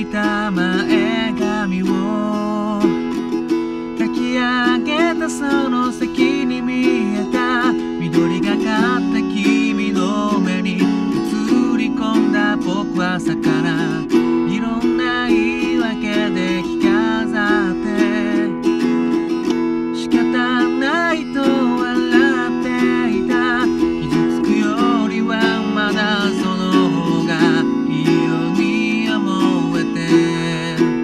いた前髪を抱き上げたその先に見えた緑がかった君の目に映り込んだ僕は魚いろんな言い訳で着飾って仕方ないと笑っていた傷つくよりはまだその方がいいように思えて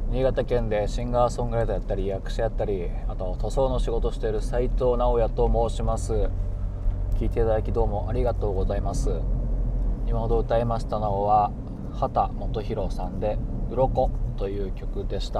新潟県でシンガーソングライターやったり役者やったり、あと塗装の仕事をしている斉藤直也と申します。聞いていただきどうもありがとうございます。今ほど歌いましたのは畑基博さんで鱗という曲でした。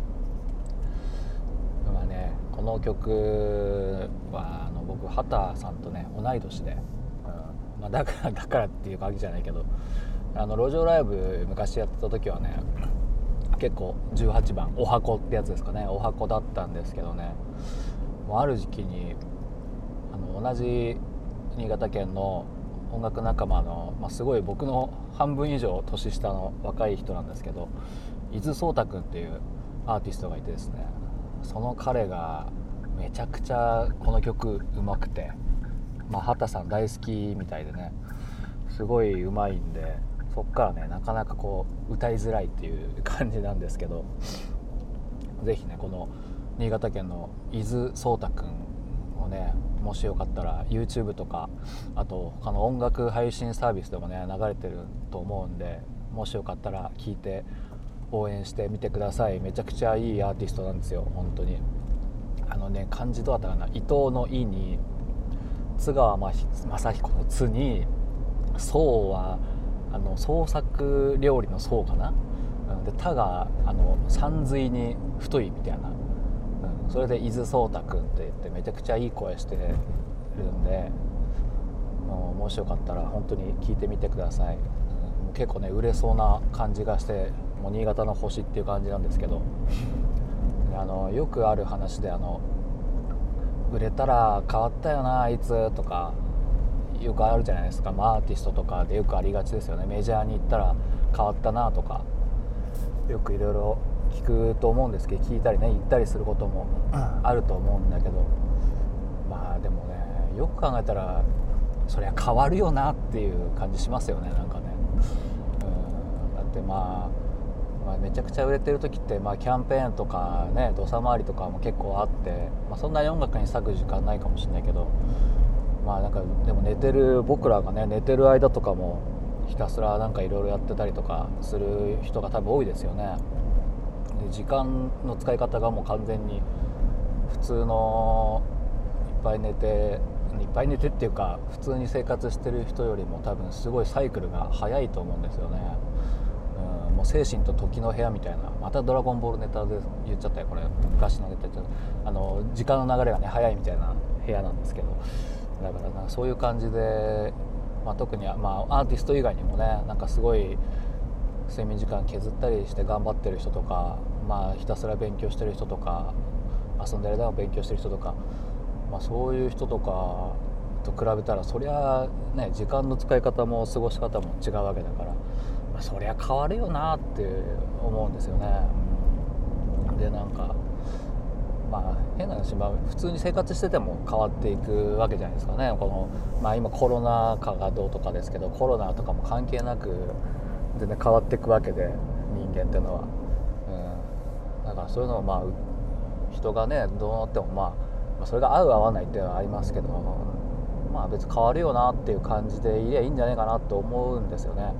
今ね、この曲は僕畑さんとね同い年で、だからっていう感じじゃないけど、路上ライブ昔やってた時はね、結構18番おはこってやつですかね、おはこだったんですけどね、もうある時期に同じ新潟県の音楽仲間の、すごい僕の半分以上年下の若い人なんですけど、伊豆颯太くんっていうアーティストがいてですね、その彼がめちゃくちゃこの曲うまくて、畑さん大好きみたいでね、すごいうまいんで、そっからねなかなかこう歌いづらいっていう感じなんですけど、ぜひねこの新潟県の伊豆颯太くんをね、もしよかったら YouTube とかあと他の音楽配信サービスでもね流れてると思うんで、もしよかったら聴いて応援してみてください。めちゃくちゃいいアーティストなんですよ本当に。漢字どうだったかな、伊藤の伊に津川雅彦の津に宋は創作料理の宋かな、で田が山水に太いみたいな、それで伊豆颯太くんって言ってめちゃくちゃいい声してるんで、もしよかったら本当に聞いてみてください。結構ね売れそうな感じがして、もう新潟の星っていう感じなんですけど、よくある話で売れたら変わったよなあいつとかよくあるじゃないですか。アーティストとかでよくありがちですよね。メジャーに行ったら変わったなとかよくいろいろ聞くと思うんですけど、聞いたりね言ったりすることもあると思うんだけど、でもねよく考えたらそりゃ変わるよなっていう感じしますよね。なんかね、だってめちゃくちゃ売れてる時って、キャンペーンとかね土佐回りとかも結構あって、そんなに音楽に割く時間ないかもしれないけど、なんかでも僕らがね寝てる間とかもひたすらなんかいろいろやってたりとかする人が多分多いですよね。で時間の使い方がもう完全に普通のいっぱい寝てっていうか普通に生活してる人よりも多分すごいサイクルが早いと思うんですよね。もう精神と時の部屋みたいな、またドラゴンボールネタで言っちゃったよこれ、昔のネタで時間の流れがね早いみたいな部屋なんですけど、だからそういう感じで、特にアーティスト以外にもねなんかすごい睡眠時間削ったりして頑張ってる人とか、ひたすら勉強してる人とか遊んでる間も勉強してる人とか、そういう人とかと比べたらそりゃね時間の使い方も過ごし方も違うわけだから、そりゃ変わるよなって思うんですよね。でなんか変な話、普通に生活してても変わっていくわけじゃないですかね。今コロナ禍がどうとかですけど、コロナとかも関係なく全然変わっていくわけで、人間っていうのは、だからそういうのを人がねどうなってもそれが合う合わないっていうのはありますけど、別に変わるよなっていう感じでいりゃいいんじゃないかなと思うんですよね。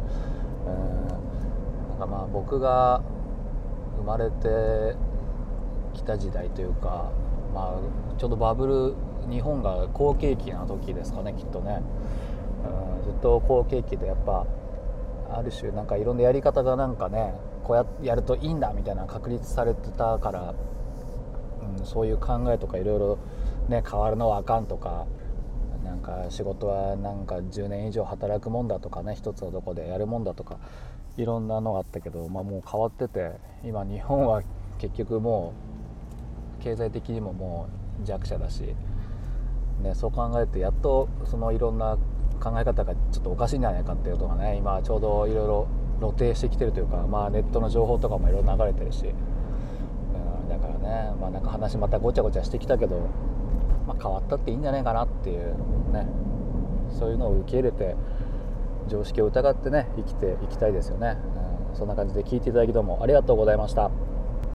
なんか僕が生まれてきた時代というか、ちょうどバブル日本が好景気な時ですかねきっとね。ずっと好景気でやっぱある種なんかいろんなやり方がなんかねこうやるといいんだみたいな確立されてたから、そういう考えとかいろいろね変わるのはあかんとか、なんか仕事はなんか10年以上働くもんだとかね、一つのとこでやるもんだとかいろんなのがあったけど、もう変わってて、今日本は結局もう経済的にももう弱者だし、そう考えてやっとそのいろんな考え方がちょっとおかしいんじゃないかっていうのがね今ちょうどいろいろ露呈してきてるというか、ネットの情報とかもいろいろ流れてるし、だからね、なんか話またごちゃごちゃしてきたけど、変わったっていいんじゃないかなっていうね、そういうのを受け入れて常識を疑ってね生きていきたいですよね。そんな感じで聞いていただきどうもありがとうございました。